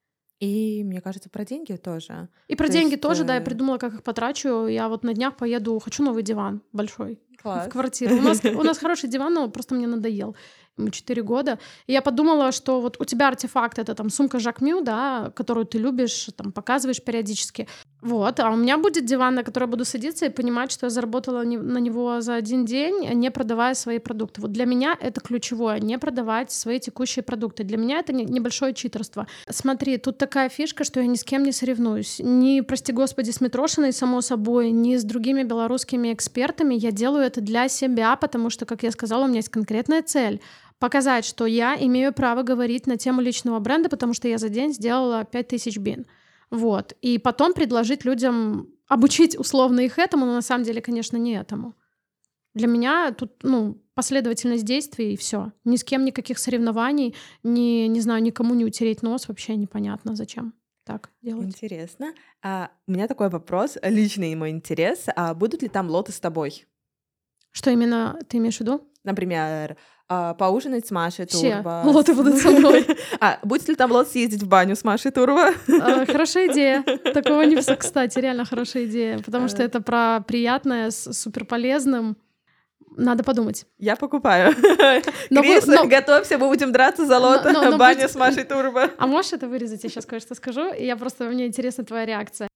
И, мне кажется, про деньги тоже. И про То деньги есть, тоже, да, я придумала, как их потрачу. Я вот на днях поеду, хочу новый диван большой Класс. в квартиру. У нас хороший диван, но просто мне надоел. Ему 4 года. И я подумала, что вот у тебя артефакт — это там сумка Жак Мю, да, которую ты любишь, там, показываешь периодически. Вот, а у меня будет диван, на который я буду садиться и понимать, что я заработала на него за один день, не продавая свои продукты. Вот для меня это ключевое — не продавать свои текущие продукты. Для меня это небольшое читерство. Смотри, тут такая фишка, что я ни с кем не соревнуюсь. Ни, прости господи, с Митрошиной, само собой, ни с другими белорусскими экспертами. Я делаю это для себя, потому что, как я сказала, у меня есть конкретная цель — показать, что я имею право говорить на тему личного бренда, потому что я за день сделала 5000 бин. Вот. И потом предложить людям обучить условно их этому, но на самом деле, конечно, не этому. Для меня тут, последовательность действий и все. Ни с кем никаких соревнований, не знаю, никому не утереть нос, вообще непонятно, зачем так делать. Интересно. У меня такой вопрос, личный мой интерес. Будут ли там лоты с тобой? Что именно ты имеешь в виду? Например, поужинать с Машей Все Турбо. лоты будут со мной. Будет ли там лот съездить в баню с Машей Турбо? Хорошая идея. Такого не писал, кстати, реально хорошая идея, потому что это про приятное с суперполезным. Надо подумать. Я покупаю. Крис, готовься, мы будем драться за лот баню с Машей Турбо. А можешь это вырезать? Я сейчас кое-что скажу, и мне интересна твоя реакция.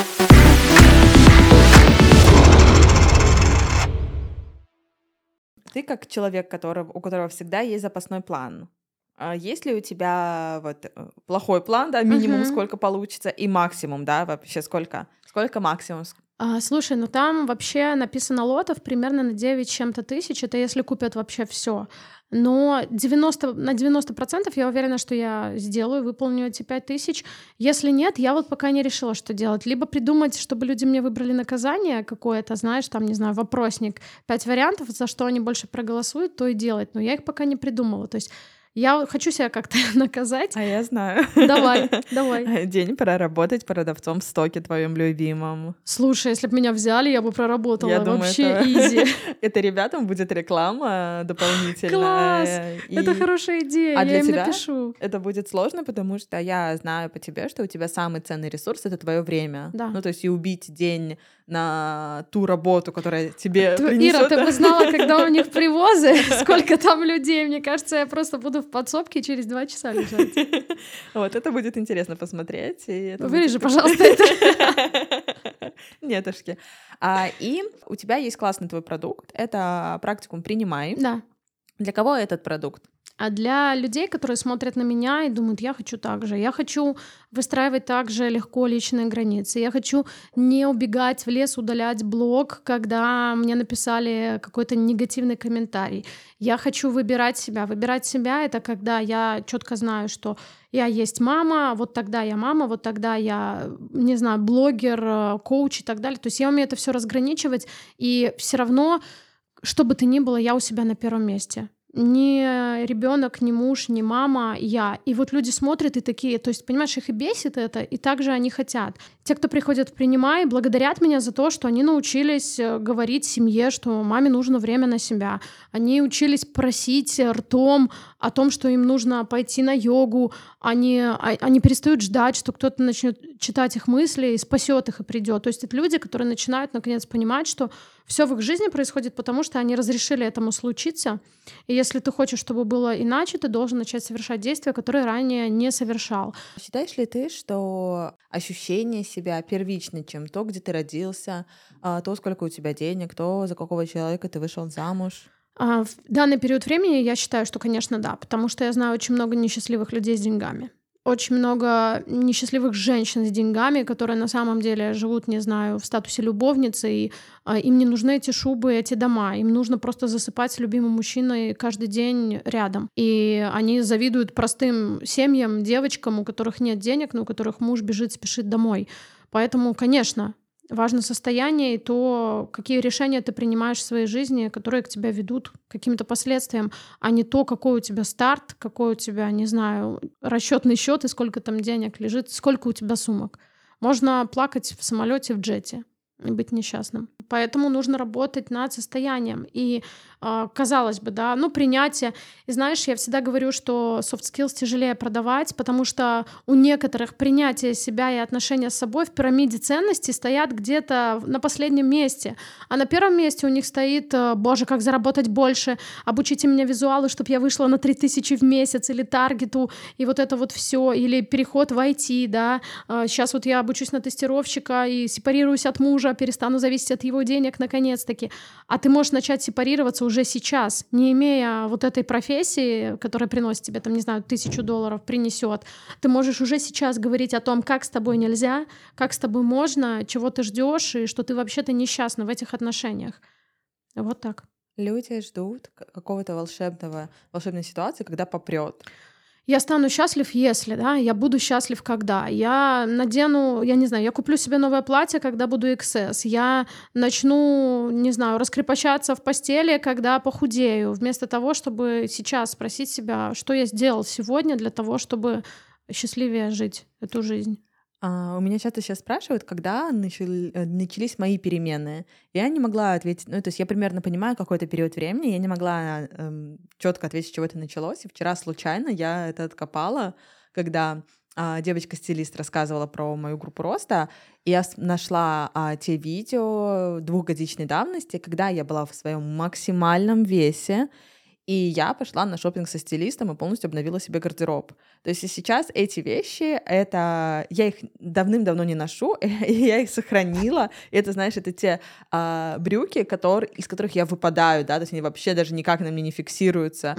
Ты как человек, у которого всегда есть запасной план. Есть ли у тебя вот плохой план, да, минимум сколько получится, и максимум, да, вообще сколько максимум? Слушай, там вообще написано лотов примерно на 9 чем-то тысяч, это если купят вообще все. Но на 90% я уверена, что я сделаю, выполню эти 5000. Если нет, я вот пока не решила, что делать. Либо придумать, чтобы люди мне выбрали наказание какое-то, знаешь, там, не знаю, вопросник, 5 вариантов, за что они больше проголосуют, то и делать. Но я их пока не придумала. То есть я хочу себя как-то наказать. А я знаю. Давай. День проработать продавцом в стоке твоем любимом. Слушай, если бы меня взяли, я бы проработала. Я думаю, вообще изи. Это ребятам будет реклама дополнительная. Класс! Это хорошая идея, я им напишу. Это будет сложно, потому что я знаю по тебе, что у тебя самый ценный ресурс — это твое время. Да. То есть и убить день на ту работу, которая тебе принесет. Ира, ты бы знала, когда у них привозы, сколько там людей. Мне кажется, я просто буду в подсобке через 2 часа лежать. Вот, это будет интересно посмотреть. Вырежи, пожалуйста, это. Нетушки. И у тебя есть классный твой продукт. Это практикум «Принимай». Да. Для кого этот продукт? А для людей, которые смотрят на меня и думают: я хочу так же, я хочу выстраивать так же легко личные границы, я хочу не убегать в лес, удалять блог, когда мне написали какой-то негативный комментарий. Я хочу выбирать себя. Выбирать себя — это когда я четко знаю, что я есть мама, вот тогда я мама, вот тогда я, не знаю, блогер, коуч и так далее. То есть я умею это все разграничивать, и все равно, что бы то ни было, я у себя на первом месте. Ни ребенок, ни муж, ни мама, я. И вот люди смотрят и такие, то есть, понимаешь, их и бесит это, и также они хотят. Те, кто приходят в «Принимай», благодарят меня за то, что они научились говорить семье, что маме нужно время на себя. Они учились просить ртом о том, что им нужно пойти на йогу. Они перестают ждать, что кто-то начнет читать их мысли и спасет их и придет. То есть это люди, которые начинают наконец понимать, что все в их жизни происходит потому, что они разрешили этому случиться. И если ты хочешь, чтобы было иначе, ты должен начать совершать действия, которые ранее не совершал. Считаешь ли ты, что ощущение себя первичнее, чем то, где ты родился, то, сколько у тебя денег, то, за какого человека ты вышел замуж? В данный период времени я считаю, что, конечно, да, потому что я знаю очень много несчастливых людей с деньгами. Очень много несчастливых женщин с деньгами, которые на самом деле живут, не знаю, в статусе любовницы, и им не нужны эти шубы, эти дома. Им нужно просто засыпать с любимым мужчиной каждый день рядом. И они завидуют простым семьям, девочкам, у которых нет денег, но у которых муж бежит, спешит домой. Поэтому, конечно, важно состояние и то, какие решения ты принимаешь в своей жизни, которые к тебе ведут к каким-то последствиям, а не то, какой у тебя старт, какой у тебя, не знаю, расчетный счет и сколько там денег лежит, сколько у тебя сумок. Можно плакать в самолете, в джете и быть несчастным. Поэтому нужно работать над состоянием. И, казалось бы, да, принятие. И знаешь, я всегда говорю, что soft skills тяжелее продавать, потому что у некоторых принятие себя и отношения с собой в пирамиде ценностей стоят где-то на последнем месте. А на первом месте у них стоит: боже, как заработать больше, обучите меня визуалу, чтобы я вышла на 3000 в месяц, или таргету, и вот это вот все, или переход в IT, да. Сейчас вот я обучусь на тестировщика и сепарируюсь от мужа, перестану зависеть от его денег наконец-таки. А ты можешь начать сепарироваться уже сейчас, не имея вот этой профессии, которая приносит тебе, там, не знаю, $1000 принесет. Ты можешь уже сейчас говорить о том, как с тобой нельзя, как с тобой можно, чего ты ждешь, и что ты вообще-то несчастна в этих отношениях. Вот так. Люди ждут какого-то волшебной ситуации, когда попрет. Я стану счастлив, если, да, я буду счастлив, когда. Я надену, я не знаю, я куплю себе новое платье, когда буду XS. Я начну, не знаю, раскрепощаться в постели, когда похудею, вместо того, чтобы сейчас спросить себя, что я сделал сегодня для того, чтобы счастливее жить эту жизнь. У меня часто сейчас спрашивают, когда начались мои перемены. Я не могла ответить. То есть я примерно понимаю какой-то период времени, я не могла четко ответить, с чего это началось. И вчера случайно я это откопала, когда девочка-стилист рассказывала про мою группу роста, и я нашла те видео 2-годичной давности, когда я была в своем максимальном весе, и я пошла на шопинг со стилистом и полностью обновила себе гардероб. То есть и сейчас эти вещи, я их давным-давно не ношу, и я их сохранила. И это, знаешь, это те брюки, из которых я выпадаю, да, то есть они вообще даже никак на мне не фиксируются.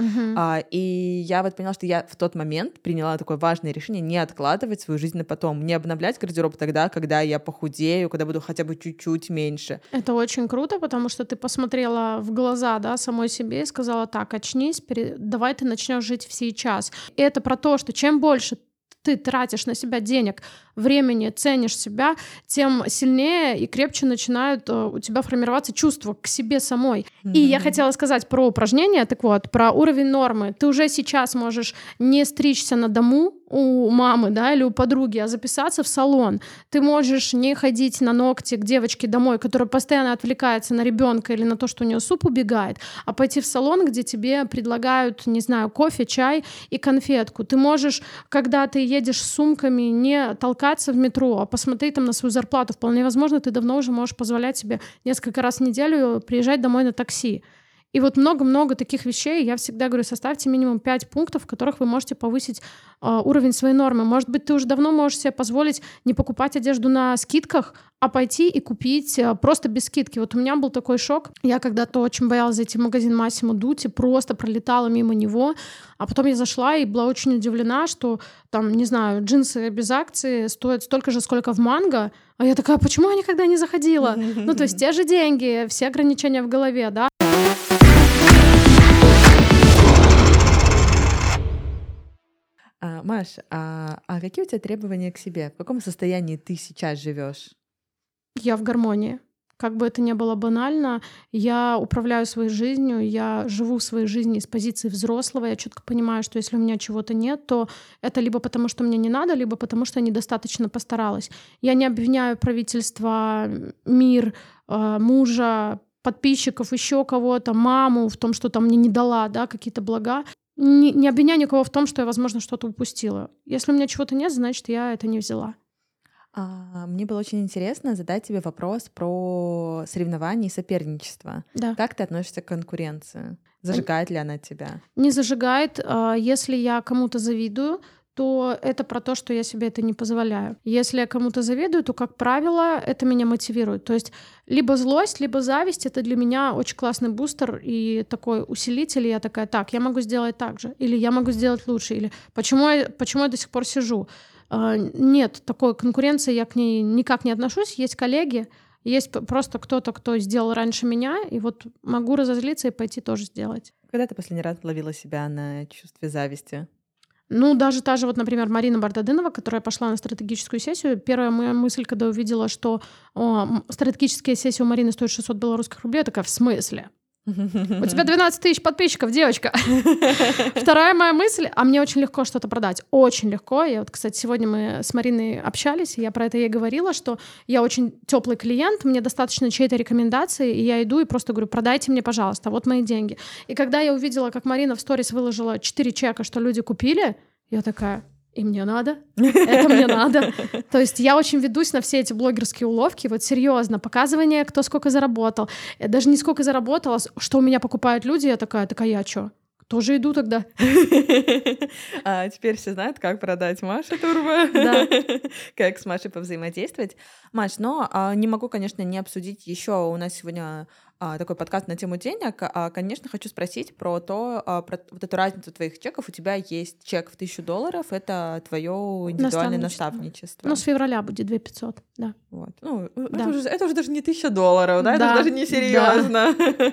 И я вот поняла, что я в тот момент приняла такое важное решение не откладывать свою жизнь на потом, не обновлять гардероб тогда, когда я похудею, когда буду хотя бы чуть-чуть меньше. Это очень круто, потому что ты посмотрела в глаза, да, самой себе и сказала: так, очнись, давай ты начнешь жить в сейчас. И это про то, что чем больше ты тратишь на себя денег, времени, ценишь себя, тем сильнее и крепче начинают у тебя формироваться чувства к себе самой. И я хотела сказать про упражнения, так вот, про уровень нормы. Ты уже сейчас можешь не стричься на дому у мамы, да, или у подруги, а записаться в салон. Ты можешь не ходить на ногти к девочке домой, которая постоянно отвлекается на ребенка или на то, что у нее суп убегает, а пойти в салон, где тебе предлагают, не знаю, кофе, чай и конфетку. Ты можешь, когда ты едешь с сумками, не толкаться в метро, а посмотреть там на свою зарплату. Вполне возможно, ты давно уже можешь позволять себе несколько раз в неделю приезжать домой на такси. И вот много-много таких вещей. Я всегда говорю, составьте минимум 5 пунктов, в которых вы можете повысить уровень своей нормы. Может быть, ты уже давно можешь себе позволить не покупать одежду на скидках, а пойти и купить просто без скидки. Вот у меня был такой шок. Я когда-то очень боялась зайти в магазин Massimo Dutti, просто пролетала мимо него. А потом я зашла и была очень удивлена, что там, не знаю, джинсы без акции стоят столько же, сколько в Манго. А я такая: почему я никогда не заходила? Ну, то есть те же деньги, все ограничения в голове, да. Маш, а какие у тебя требования к себе? В каком состоянии ты сейчас живешь? Я в гармонии. Как бы это ни было банально, я управляю своей жизнью, я живу своей жизнью из позиции взрослого, я четко понимаю, что если у меня чего-то нет, то это либо потому, что мне не надо, либо потому, что я недостаточно постаралась. Я не обвиняю правительство, мир, мужа, подписчиков, еще кого-то, маму в том, что там мне не дала, да, какие-то блага. Не обвиняю никого в том, что я, возможно, что-то упустила. Если у меня чего-то нет, значит, я это не взяла. Мне было очень интересно задать тебе вопрос про соревнования и соперничество. Да. Как ты относишься к конкуренции? Зажигает ли она тебя? Не зажигает. Если я кому-то завидую, то это про то, что я себе это не позволяю. Если я кому-то завидую, то, как правило, это меня мотивирует. То есть либо злость, либо зависть — это для меня очень классный бустер и такой усилитель. И я такая: так, я могу сделать так же, или я могу сделать лучше, или почему я до сих пор сижу? Нет такой конкуренции, я к ней никак не отношусь. Есть коллеги, есть просто кто-то, кто сделал раньше меня, и вот могу разозлиться и пойти тоже сделать. Когда ты последний раз ловила себя на чувстве зависти? Ну, даже та же, вот, например, Марина Бардадынова, которая пошла на стратегическую сессию, первая моя мысль, когда увидела, что стратегическая сессия у Марины стоит 600 белорусских рублей, я такая: в смысле? У тебя 12 тысяч подписчиков, девочка. Вторая моя мысль: а мне очень легко что-то продать. Очень легко. Я вот, кстати, сегодня мы с Мариной общались, и я про это ей говорила, что я очень теплый клиент, мне достаточно чьей-то рекомендации, и я иду и просто говорю: продайте мне, пожалуйста, вот мои деньги. И когда я увидела, как Марина в сторис выложила 4 чека, что люди купили, я такая: и мне надо, это мне надо. То есть я очень ведусь на все эти блогерские уловки, вот серьезно, показывание, кто сколько заработал. Даже не сколько заработал, а что у меня покупают люди, я такая: я чё? Тоже иду тогда. Теперь все знают, как продать Маше Турбо. Да. Как с Машей повзаимодействовать. Маш, но не могу, конечно, не обсудить еще. У нас сегодня такой подкаст на тему денег. Конечно, хочу спросить про вот эту разницу твоих чеков. У тебя есть чек в $1000, это твое индивидуальное наставничество. Ну, с февраля будет 2500, да. Вот. Ну, Да. это уже даже не $1000, да? Это же даже не серьезно.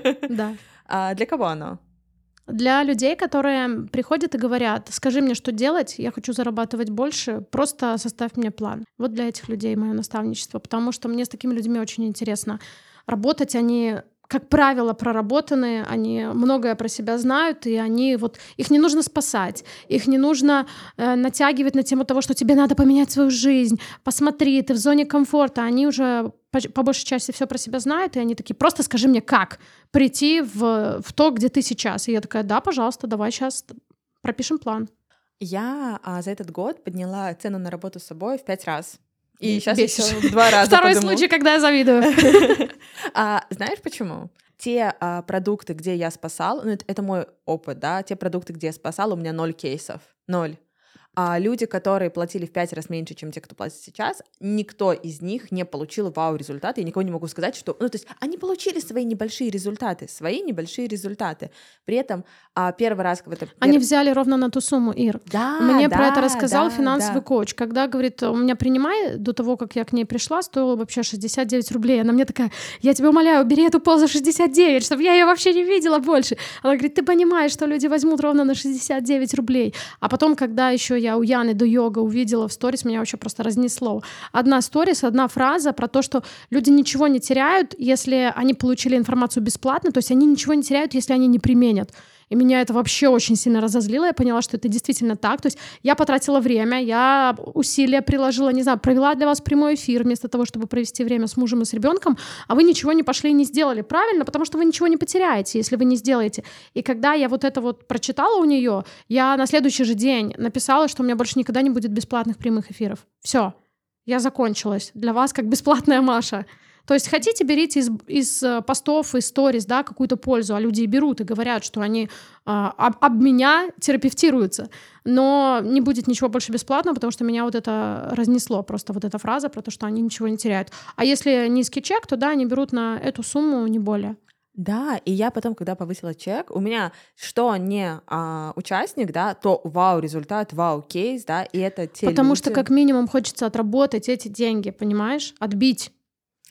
Да. Для кого оно? Для людей, которые приходят и говорят: скажи мне, что делать, я хочу зарабатывать больше, просто составь мне план. Вот для этих людей мое наставничество, потому что мне с такими людьми очень интересно работать. Они, как правило, проработанные, они многое про себя знают, и они вот, их не нужно спасать, их не нужно натягивать на тему того, что тебе надо поменять свою жизнь, посмотри, ты в зоне комфорта. Они уже по большей части все про себя знают, и они такие: просто скажи мне, как прийти в то, где ты сейчас. И я такая: да, пожалуйста, давай сейчас пропишем план. Я за этот год подняла цену на работу с собой в 5 раз. И сейчас Бесишь. еще в 2 раза Второй подыму. случай, когда я завидую. Знаешь почему? Те продукты, где я спасала, ну это мой опыт, да, те продукты, где я спасала, у меня 0 кейсов. 0. А люди, которые платили в 5 раз меньше, чем те, кто платит сейчас, никто из них не получил вау-результаты. Я никого не могу сказать, что... Ну, то есть они получили свои небольшие результаты. При этом первый раз... Они взяли ровно на ту сумму, Ир. Да, Мне да, про это рассказал да, финансовый коуч. Когда, говорит, у меня принимай, до того, как я к ней пришла, стоило вообще 69 рублей. Она мне такая: я тебя умоляю, бери эту пол за 69, чтобы я ее вообще не видела больше. Она говорит: ты понимаешь, что люди возьмут ровно на 69 рублей. А потом, когда еще я у Яны до йога увидела в сторис, меня вообще просто разнесло. Одна сторис, одна фраза про то, что люди ничего не теряют, если они получили информацию бесплатно, то есть они ничего не теряют, если они не применят. И меня это вообще очень сильно разозлило. Я поняла, что это действительно так. То есть я потратила время, я усилия приложила, не знаю, провела для вас прямой эфир вместо того, чтобы провести время с мужем и с ребенком, а вы ничего не пошли и не сделали. Правильно? Потому что вы ничего не потеряете, если вы не сделаете. И когда я вот это вот прочитала у нее, я на следующий же день написала, что у меня больше никогда не будет бесплатных прямых эфиров. Все, я закончилась. Для вас как бесплатная Маша. То есть хотите, берите из постов, из сторис, да, какую-то пользу, а люди и берут, и говорят, что они об меня терапевтируются. Но не будет ничего больше бесплатного, потому что меня вот это разнесло, просто вот эта фраза про то, что они ничего не теряют. А если низкий чек, то да, они берут на эту сумму, не более. Да, и я потом, когда повысила чек, у меня что не участник, да, то вау-результат, вау-кейс, да, и это те Потому люди... что как минимум хочется отработать эти деньги, понимаешь? Отбить.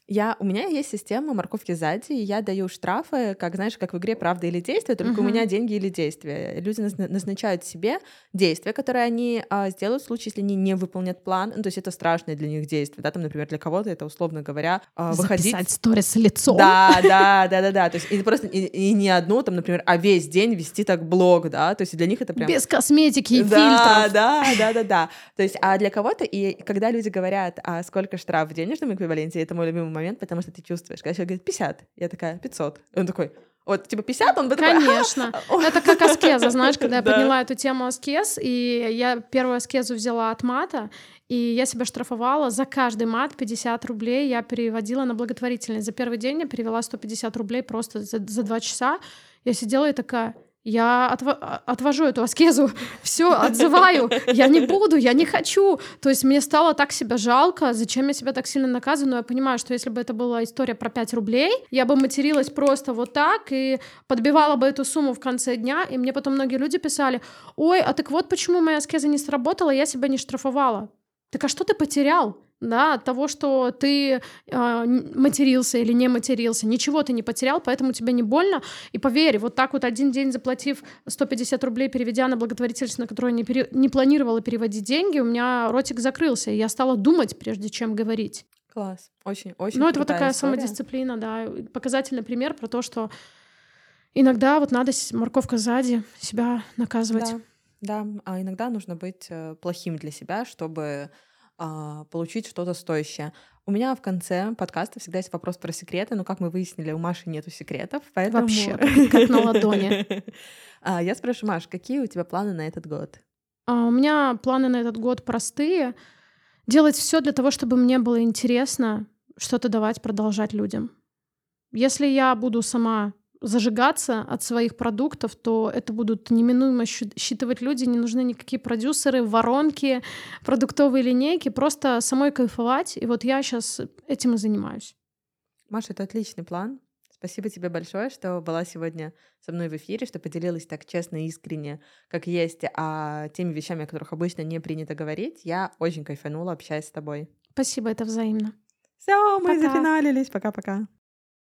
У меня есть система морковки сзади, и я даю штрафы, как, знаешь, как в игре «Правда или действие», только у меня деньги или действия. Люди назначают себе действия, которые они сделают в случае, если они не выполнят план. Ну, то есть это страшное для них действие, да, там, например, для кого-то это, условно говоря, выходить... Записать сторис с лицом. Да. То есть и просто и не одну, там, например, а весь день вести так блог, да, то есть для них это прям... Без косметики и фильтров. Да. То есть, а для кого-то, и когда люди говорят, сколько штраф в денежном эквиваленте, это мой любимый момент, потому что ты чувствуешь, когда человек говорит 50, я такая 500, и он такой, вот, типа 50, он бы такой... Конечно. Это как аскеза, знаешь, когда я подняла эту тему аскез, и я первую аскезу взяла от мата, и я себя штрафовала за каждый мат 50 рублей, я переводила на благотворительность. За первый день я перевела 150 рублей просто за 2 часа. Я сидела и такая... Я отвожу эту аскезу, все отзываю, я не буду, я не хочу. То есть мне стало так себя жалко, зачем я себя так сильно наказываю, но я понимаю, что если бы это была история про 5 рублей, я бы материлась просто вот так и подбивала бы эту сумму в конце дня, и мне потом многие люди писали: ой, а так вот почему моя аскеза не сработала, я себя не штрафовала. Так а что ты потерял? Да, от того, что ты матерился или не матерился. Ничего ты не потерял, поэтому тебе не больно. И поверь, вот так вот один день заплатив 150 рублей, переведя на благотворительность, на которую я не планировала переводить деньги, у меня ротик закрылся, и я стала думать, прежде чем говорить. Класс. Очень Ну, это вот такая история. самодисциплина, да. Показательный пример про то, что иногда вот надо морковка сзади себя наказывать. Да, а иногда нужно быть плохим для себя, чтобы получить что-то стоящее. У меня в конце подкаста всегда есть вопрос про секреты, но, как мы выяснили, у Маши нету секретов, поэтому... Вообще, как на ладони. Я спрашиваю, Маш, какие у тебя планы на этот год? У меня планы на этот год простые. Делать все для того, чтобы мне было интересно что-то давать, продолжать людям. Если я буду сама зажигаться от своих продуктов, то это будут неминуемо считывать люди, не нужны никакие продюсеры, воронки, продуктовые линейки, просто самой кайфовать. И вот я сейчас этим и занимаюсь. Маша, это отличный план. Спасибо тебе большое, что была сегодня со мной в эфире, что поделилась так честно и искренне, как есть, теми вещами, о которых обычно не принято говорить. Я очень кайфанула, общаясь с тобой. Спасибо, это взаимно. Все, мы зафиналились. Пока-пока.